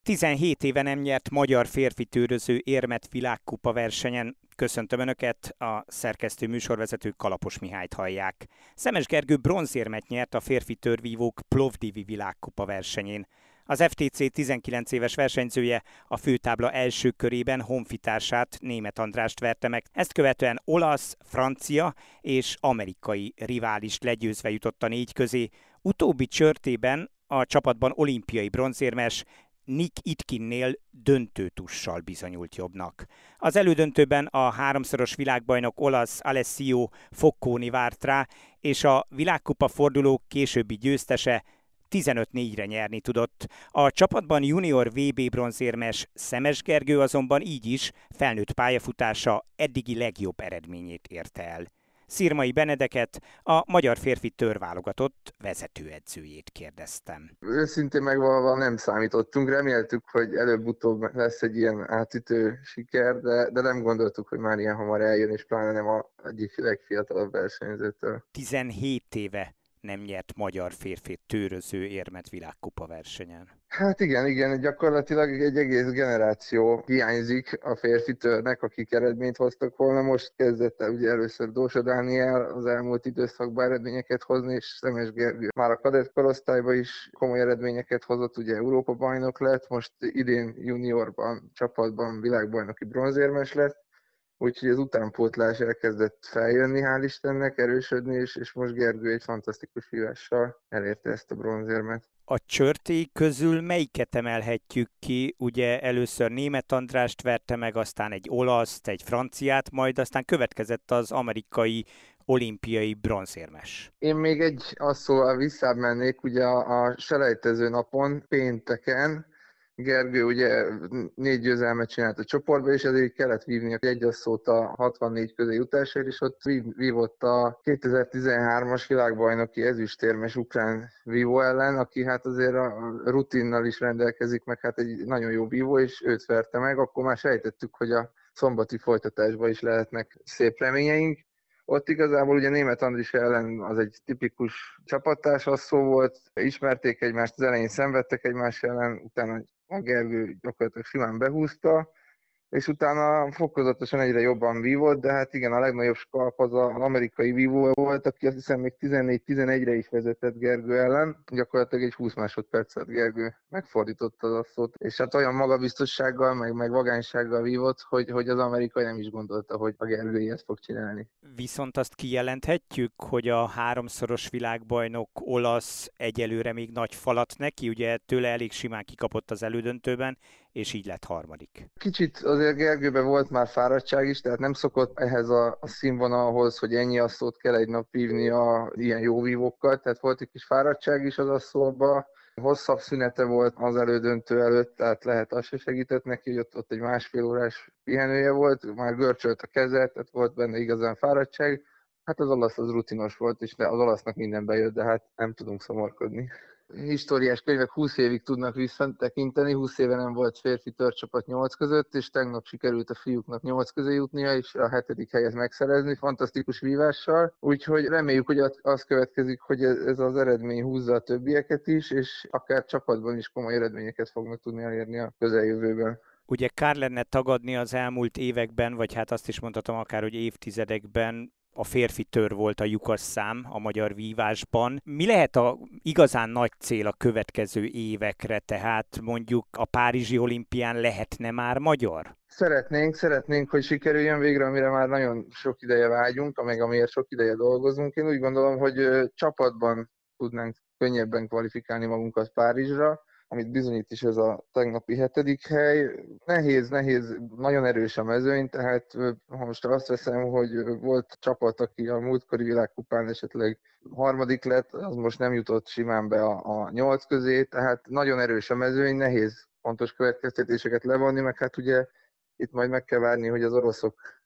17 éve nem nyert magyar férfi tőröző érmet világkupa versenyen. Köszöntöm Önöket, a szerkesztő műsorvezető Kalapos Mihályt hallják. Szemes Gergő bronzérmet nyert a férfi törvívók Plovdivi világkupa versenyén. Az FTC 19 éves versenyzője a főtábla első körében honfitársát, Németh Andrást verte meg. Ezt követően olasz, francia és amerikai riválist legyőzve jutott a négy közé. Utóbbi csörtében a csapatban olimpiai bronzérmes Nick Itkinnél döntőtussal bizonyult jobbnak. Az elődöntőben a háromszoros világbajnok olasz Alessio Focconi várt rá, és a világkupa forduló későbbi győztese 15-4-re nyerni tudott. A csapatban junior VB bronzérmes Szemes Gergő azonban így is felnőtt pályafutása eddigi legjobb eredményét érte el. Szirmai Benedeket, a magyar férfi tőrválogatott vezetőedzőjét kérdeztem. Őszintén megvalva nem számítottunk, reméltük, hogy előbb-utóbb lesz egy ilyen átütő siker, de nem gondoltuk, hogy már ilyen hamar eljön, és pláne nem egyik legfiatalabb versenyzőtől. 17 éve nem nyert magyar férfi tőröző érmet világkupa versenyen. Hát igen, gyakorlatilag egy egész generáció hiányzik a férfi törnek, akik eredményt hoztak volna. Most kezdett el ugye először Dósa Dániel az elmúlt időszakban eredményeket hozni, és Szemes Gergő már a kadett korosztályban is komoly eredményeket hozott, ugye Európa bajnok lett, most idén juniorban, csapatban világbajnoki bronzérmes lett. Úgyhogy az utánpótlás elkezdett feljönni, hál' Istennek, erősödni, és most Gergő egy fantasztikus hívással elérte ezt a bronzérmet. A csörték közül melyiket emelhetjük ki? Ugye először Németh Andrást verte meg, aztán egy olaszt, egy franciát, majd aztán következett az amerikai olimpiai bronzérmes. Én még egy asszóval visszább mennék, ugye a selejtező napon, pénteken, Gergő ugye 4 győzelmet csinált a csoportba, és ezért kellett vívni egy asszót a 64 közé jutásért, és ott vívott a 2013-as világbajnoki ezüstérmes ukrán vívó ellen, aki hát azért a rutinnal is rendelkezik, meg hát egy nagyon jó vívó, és őt verte meg. Akkor már sejtettük, hogy a szombati folytatásban is lehetnek szép reményeink. Ott igazából ugye Németh Andris ellen az egy tipikus csapattársasszó volt, ismerték egymást, az elején szenvedtek egymás ellen, utána a Gergő gyakorlatilag simán behúzta, és utána fokozatosan egyre jobban vívott, de hát igen, a legnagyobb skalp az az amerikai vívó volt, aki azt hiszem még 14-11-re is vezetett Gergő ellen, gyakorlatilag egy 20 másodpercet Gergő megfordította az asszót, és hát olyan magabiztossággal, meg vagánysággal vívott, hogy az amerikai nem is gondolta, hogy a Gergő ilyet fog csinálni. Viszont azt kijelenthetjük, hogy a háromszoros világbajnok olasz egyelőre még nagy falat neki, ugye tőle elég simán kikapott az elődöntőben, és így lett harmadik. Kicsit azért Gergőben volt már fáradtság is, tehát nem szokott ehhez a színvonalhoz, hogy ennyi asszót kell egy nap vívni ilyen jó vívókkal, tehát volt egy kis fáradtság is az asszóba. Hosszabb szünete volt az elődöntő előtt, tehát lehet az se segített neki, hogy ott egy másfél órás pihenője volt, már görcsölt a keze, tehát volt benne igazán fáradtság. Hát az olasz az rutinos volt, és az olasznak minden bejött, de hát nem tudunk szomorkodni. Históriás könyvek 20 évig tudnak visszatekinteni, 20 éve nem volt férfi törcsapat 8 között, és tegnap sikerült a fiúknak 8 közé jutnia, és a 7. helyet megszerezni, fantasztikus vívással. Úgyhogy reméljük, hogy az következik, hogy ez az eredmény húzza a többieket is, és akár csapatban is komoly eredményeket fognak tudni elérni a közeljövőben. Ugye kár lenne tagadni az elmúlt években, vagy hát azt is mondhatom akár, hogy évtizedekben a férfi tör volt a lyukas szám a magyar vívásban. Mi lehet a igazán nagy cél a következő évekre, tehát mondjuk a Párizsi olimpián lehetne már magyar? Szeretnénk, hogy sikerüljön végre, amire már nagyon sok ideje vágyunk, meg amiért sok ideje dolgozunk. Én úgy gondolom, hogy csapatban tudnánk könnyebben kvalifikálni magunkat Párizsra, amit bizonyít is ez a tegnapi 7. hely. Nehéz, nagyon erős a mezőny, tehát ha most azt veszem, hogy volt csapat, aki a múltkori világkupán esetleg harmadik lett, az most nem jutott simán be a 8 közé, tehát nagyon erős a mezőny, nehéz pontos következtetéseket levonni, meg hát ugye itt majd meg kell várni, hogy az oroszok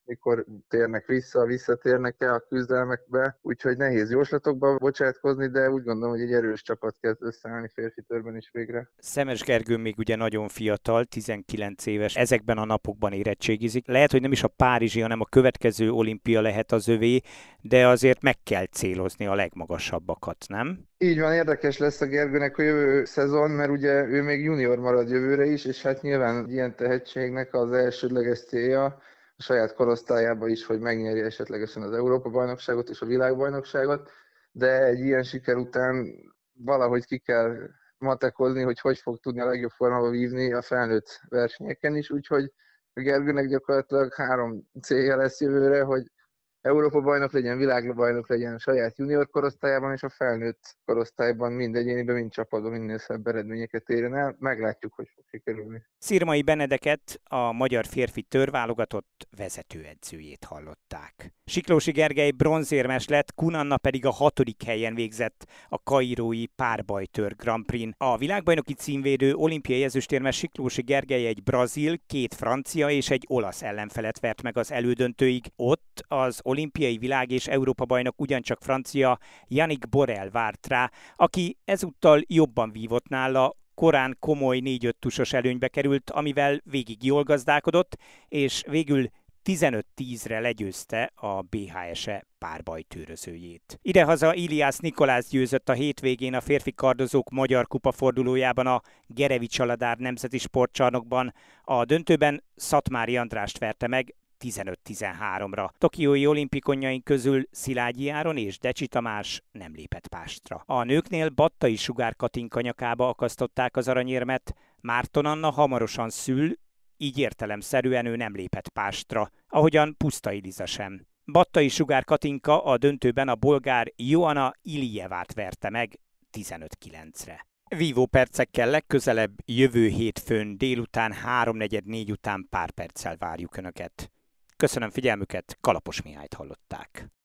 mikor térnek visszatérnek-e a küzdelmekbe, úgyhogy nehéz jóslatokba bocsátkozni, de úgy gondolom, hogy egy erős csapat kezd összeállni férfi körben is végre. Szemes Gergő még ugye nagyon fiatal, 19 éves, ezekben a napokban érettségizik. Lehet, hogy nem is a párizsi, hanem a következő olimpia lehet az övé, de azért meg kell célozni a legmagasabbakat, nem? Így van, érdekes lesz a Gergőnek a jövő szezon, mert ugye ő még junior marad jövőre is, és hát nyilván ilyen tehetségnek az elsődleges célja a saját korosztályában is, hogy megnyerje esetlegesen az Európa-bajnokságot és a világbajnokságot, de egy ilyen siker után valahogy ki kell matekozni, hogy fog tudni a legjobb formába vívni a felnőtt versenyeken is, úgyhogy a Gergőnek gyakorlatilag 3 célja lesz jövőre, hogy Európa-bajnok legyen, világbajnok legyen a saját junior korosztályában, és a felnőtt korosztályban mind egyéniben, mind csapatban minél szebb eredményeket érjen el. Meglátjuk, hogy fog sikerülni. Szirmai Benedeket, a magyar férfi törválogatott vezetőedzőjét hallották. Siklósi Gergely bronzérmes lett, Kun Anna pedig a 6. helyen végzett a kairói párbajtör Grand Prix-n. A világbajnoki címvédő olimpiai ezüstérmes Siklósi Gergely egy brazil, 2 francia és egy olasz ellenfelet vert meg az elődöntőig. Ott az olimpiai világ- és Európa-bajnok ugyancsak francia Yannick Borel várt rá, aki ezúttal jobban vívott nála, korán komoly 4-5 tusos előnybe került, amivel végig jól gazdálkodott, és végül 15-10-re legyőzte a BHS-e párbajtőrözőjét. Idehaza Iliász Nikolász győzött a hétvégén a férfi kardozók magyar kupa fordulójában a Gerevi Csaladár Nemzeti Sportcsarnokban. A döntőben Szatmári Andrást verte meg 15-13-ra. Tokiói olimpikonjaink közül Szilágyi Áron és Decsi Tamás nem lépett pástra. A nőknél Battai Sugár Katinka nyakába akasztották az aranyérmet, Márton Anna hamarosan szül, így értelemszerűen ő nem lépett pástra, ahogyan Pusztai Liza sem. Battai Sugár Katinka a döntőben a bolgár Joana Ilijevát verte meg 15-9-re. Vívó percekkel legközelebb jövő hétfőn délután 3:44 után pár perccel várjuk Önöket. Köszönöm figyelmüket, Kalapos Mihályt hallották.